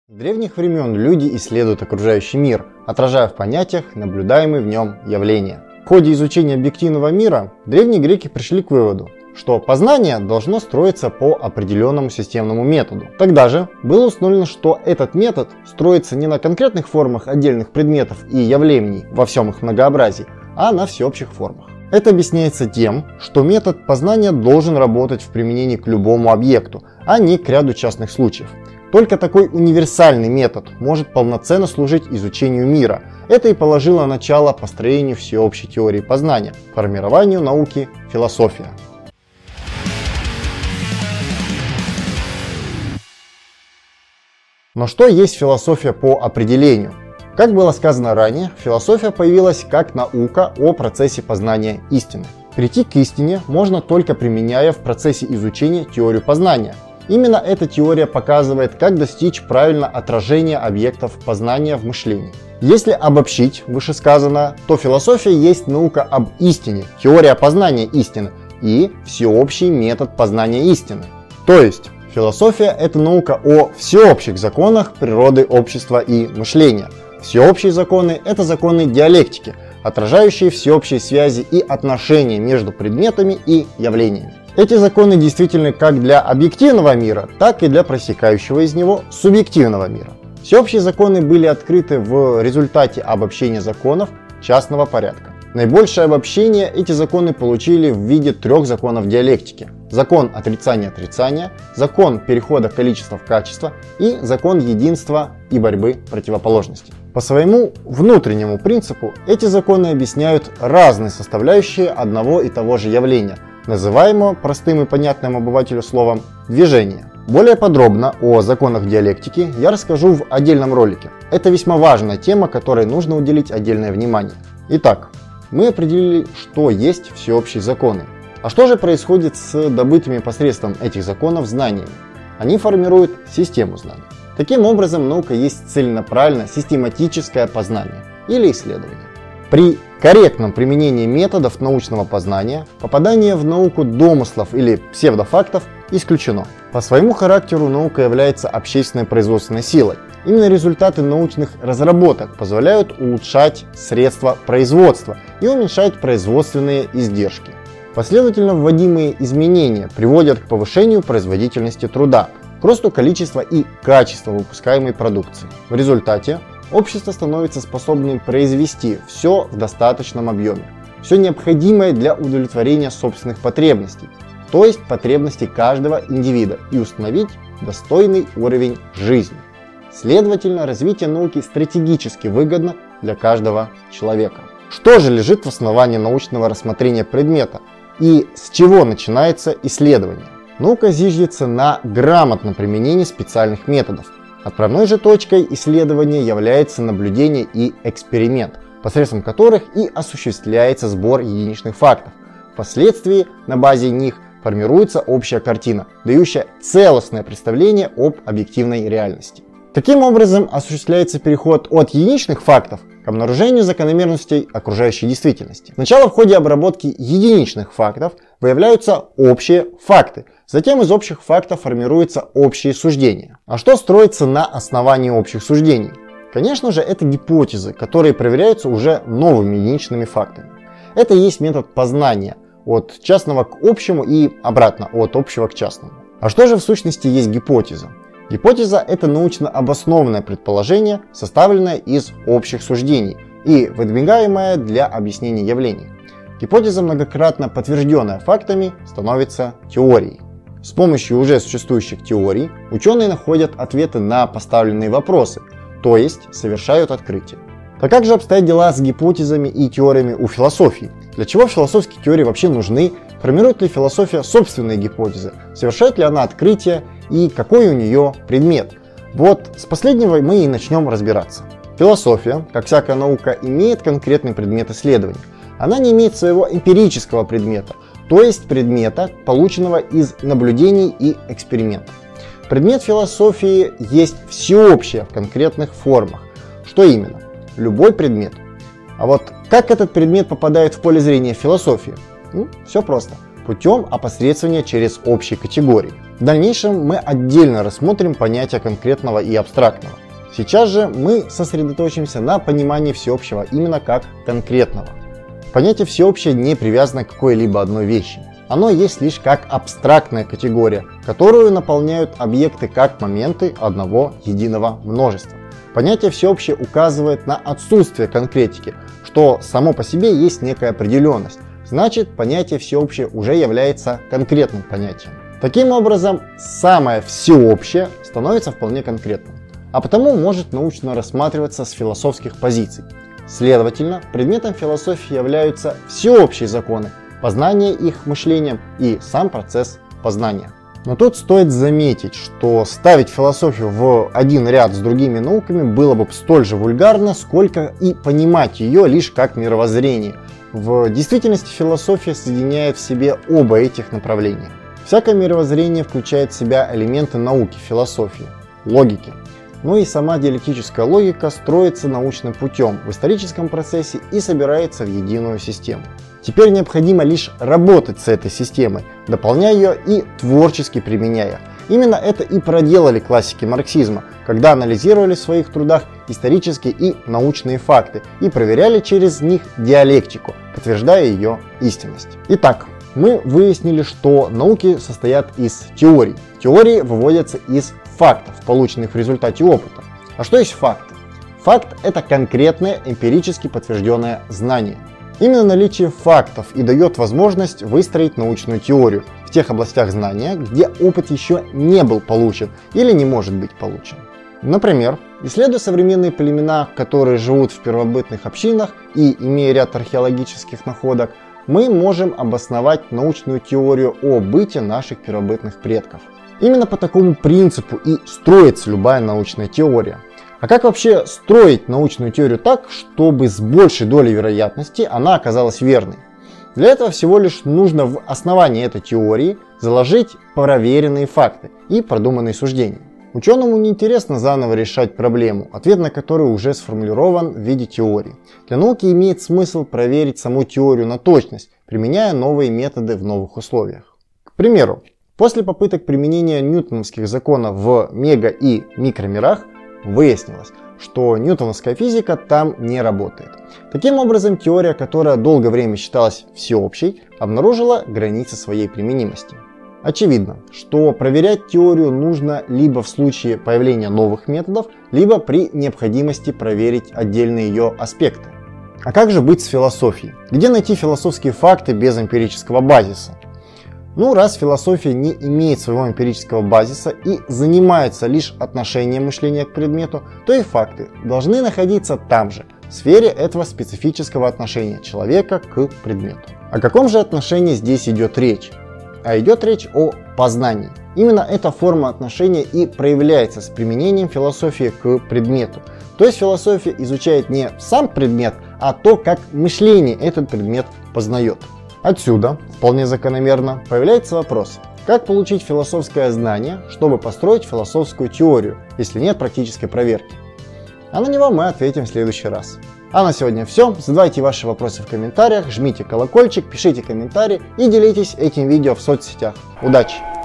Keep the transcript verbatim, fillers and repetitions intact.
С древних времен люди исследуют окружающий мир, отражая в понятиях наблюдаемые в нем явления. В ходе изучения объективного мира древние греки пришли к выводу, что познание должно строиться по определенному системному методу. Тогда же было установлено, что этот метод строится не на конкретных формах отдельных предметов и явлений во всем их многообразии, а на всеобщих формах. Это объясняется тем, что метод познания должен работать в применении к любому объекту, а не к ряду частных случаев. Только такой универсальный метод может полноценно служить изучению мира. Это и положило начало построению всеобщей теории познания, формированию науки философия. Но что есть философия по определению? Как было сказано ранее, философия появилась как наука о процессе познания истины. Прийти к истине можно только применяя в процессе изучения теорию познания. Именно эта теория показывает, как достичь правильного отражения объектов познания в мышлении. Если обобщить вышесказанное, то философия есть наука об истине, теория познания истины и всеобщий метод познания истины. То есть, философия – это наука о всеобщих законах природы, общества и мышления. Всеобщие законы – это законы диалектики, отражающие всеобщие связи и отношения между предметами и явлениями. Эти законы действительны как для объективного мира, так и для проистекающего из него субъективного мира. Всеобщие законы были открыты в результате обобщения законов частного порядка. Наибольшее обобщение эти законы получили в виде трех законов диалектики. Закон отрицания-отрицания, закон перехода количества в качество и закон единства и борьбы противоположностей. По своему внутреннему принципу эти законы объясняют разные составляющие одного и того же явления, называемого простым и понятным обывателю словом «движение». Более подробно о законах диалектики я расскажу в отдельном ролике. Это весьма важная тема, которой нужно уделить отдельное внимание. Итак, мы определили, что есть всеобщие законы. А что же происходит с добытыми посредством этих законов знаниями? Они формируют систему знаний. Таким образом, наука есть целенаправленное систематическое познание или исследование. При корректном применении методов научного познания попадание в науку домыслов или псевдофактов исключено. По своему характеру наука является общественной производственной силой. Именно результаты научных разработок позволяют улучшать средства производства и уменьшать производственные издержки. Последовательно вводимые изменения приводят к повышению производительности труда, к росту количества и качества выпускаемой продукции. В результате общество становится способным произвести все в достаточном объеме, все необходимое для удовлетворения собственных потребностей, то есть потребностей каждого индивида, и установить достойный уровень жизни. Следовательно, развитие науки стратегически выгодно для каждого человека. Что же лежит в основании научного рассмотрения предмета и с чего начинается исследование? Наука зиждется на грамотном применении специальных методов. Отправной же точкой исследования является наблюдение и эксперимент, посредством которых и осуществляется сбор единичных фактов. Впоследствии на базе них формируется общая картина, дающая целостное представление об объективной реальности. Таким образом осуществляется переход от единичных фактов к обнаружению закономерностей окружающей действительности. Сначала в ходе обработки единичных фактов выявляются общие факты, затем из общих фактов формируются общие суждения. А что строится на основании общих суждений? Конечно же, это гипотезы, которые проверяются уже новыми единичными фактами. Это и есть метод познания от частного к общему и обратно от общего к частному. А что же в сущности есть гипотеза? Гипотеза – это научно обоснованное предположение, составленное из общих суждений и выдвигаемое для объяснения явлений. Гипотеза, многократно подтвержденная фактами, становится теорией. С помощью уже существующих теорий ученые находят ответы на поставленные вопросы, то есть совершают открытия. Так как же обстоят дела с гипотезами и теориями у философии? Для чего философские теории вообще нужны? Формирует ли философия собственные гипотезы? Совершает ли она открытия? И какой у нее предмет? Вот с последнего мы и начнем разбираться. Философия, как всякая наука, имеет конкретный предмет исследования. Она не имеет своего эмпирического предмета, то есть предмета, полученного из наблюдений и экспериментов. Предмет философии есть всеобщее в конкретных формах. Что именно? Любой предмет. А вот как этот предмет попадает в поле зрения философии? Ну, все просто. Путем опосредствования через общие категории. В дальнейшем мы отдельно рассмотрим понятия конкретного и абстрактного. Сейчас же мы сосредоточимся на понимании всеобщего именно как конкретного. Понятие всеобщее не привязано к какой-либо одной вещи. Оно есть лишь как абстрактная категория, которую наполняют объекты как моменты одного единого множества. Понятие всеобщее указывает на отсутствие конкретики, что само по себе есть некая определенность. Значит, понятие всеобщее уже является конкретным понятием. Таким образом, самое всеобщее становится вполне конкретным, а потому может научно рассматриваться с философских позиций. Следовательно, предметом философии являются всеобщие законы, познание их мышлением и сам процесс познания. Но тут стоит заметить, что ставить философию в один ряд с другими науками было бы столь же вульгарно, сколько и понимать ее лишь как мировоззрение. В действительности философия соединяет в себе оба этих направления. Всякое мировоззрение включает в себя элементы науки, философии, логики. Ну и сама диалектическая логика строится научным путем в историческом процессе и собирается в единую систему. Теперь необходимо лишь работать с этой системой, дополняя ее и творчески применяя. Именно это и проделали классики марксизма, когда анализировали в своих трудах исторические и научные факты и проверяли через них диалектику, подтверждая ее истинность. Итак, мы выяснили, что науки состоят из теорий. Теории выводятся из фактов, полученных в результате опыта. А что есть факты? Факт – это конкретное, эмпирически подтвержденное знание. Именно наличие фактов и дает возможность выстроить научную теорию в тех областях знания, где опыт еще не был получен или не может быть получен. Например, исследуя современные племена, которые живут в первобытных общинах и имея ряд археологических находок, мы можем обосновать научную теорию о быте наших первобытных предков. Именно по такому принципу и строится любая научная теория. А как вообще строить научную теорию так, чтобы с большей долей вероятности она оказалась верной? Для этого всего лишь нужно в основании этой теории заложить проверенные факты и продуманные суждения. Ученому не интересно заново решать проблему, ответ на которую уже сформулирован в виде теории. Для науки имеет смысл проверить саму теорию на точность, применяя новые методы в новых условиях. К примеру, после попыток применения ньютоновских законов в мега- и микромирах выяснилось, что ньютоновская физика там не работает. Таким образом, теория, которая долгое время считалась всеобщей, обнаружила границы своей применимости. Очевидно, что проверять теорию нужно либо в случае появления новых методов, либо при необходимости проверить отдельные ее аспекты. А как же быть с философией? Где найти философские факты без эмпирического базиса? Ну, раз философия не имеет своего эмпирического базиса и занимается лишь отношением мышления к предмету, то и факты должны находиться там же, в сфере этого специфического отношения человека к предмету. О каком же отношении здесь идет речь? А идет речь о познании. Именно эта форма отношения и проявляется с применением философии к предмету. То есть философия изучает не сам предмет, а то, как мышление этот предмет познает. Отсюда, вполне закономерно, появляется вопрос, как получить философское знание, чтобы построить философскую теорию, если нет практической проверки. А на него мы ответим в следующий раз. А на сегодня все. Задавайте ваши вопросы в комментариях, жмите колокольчик, пишите комментарии и делитесь этим видео в соцсетях. Удачи!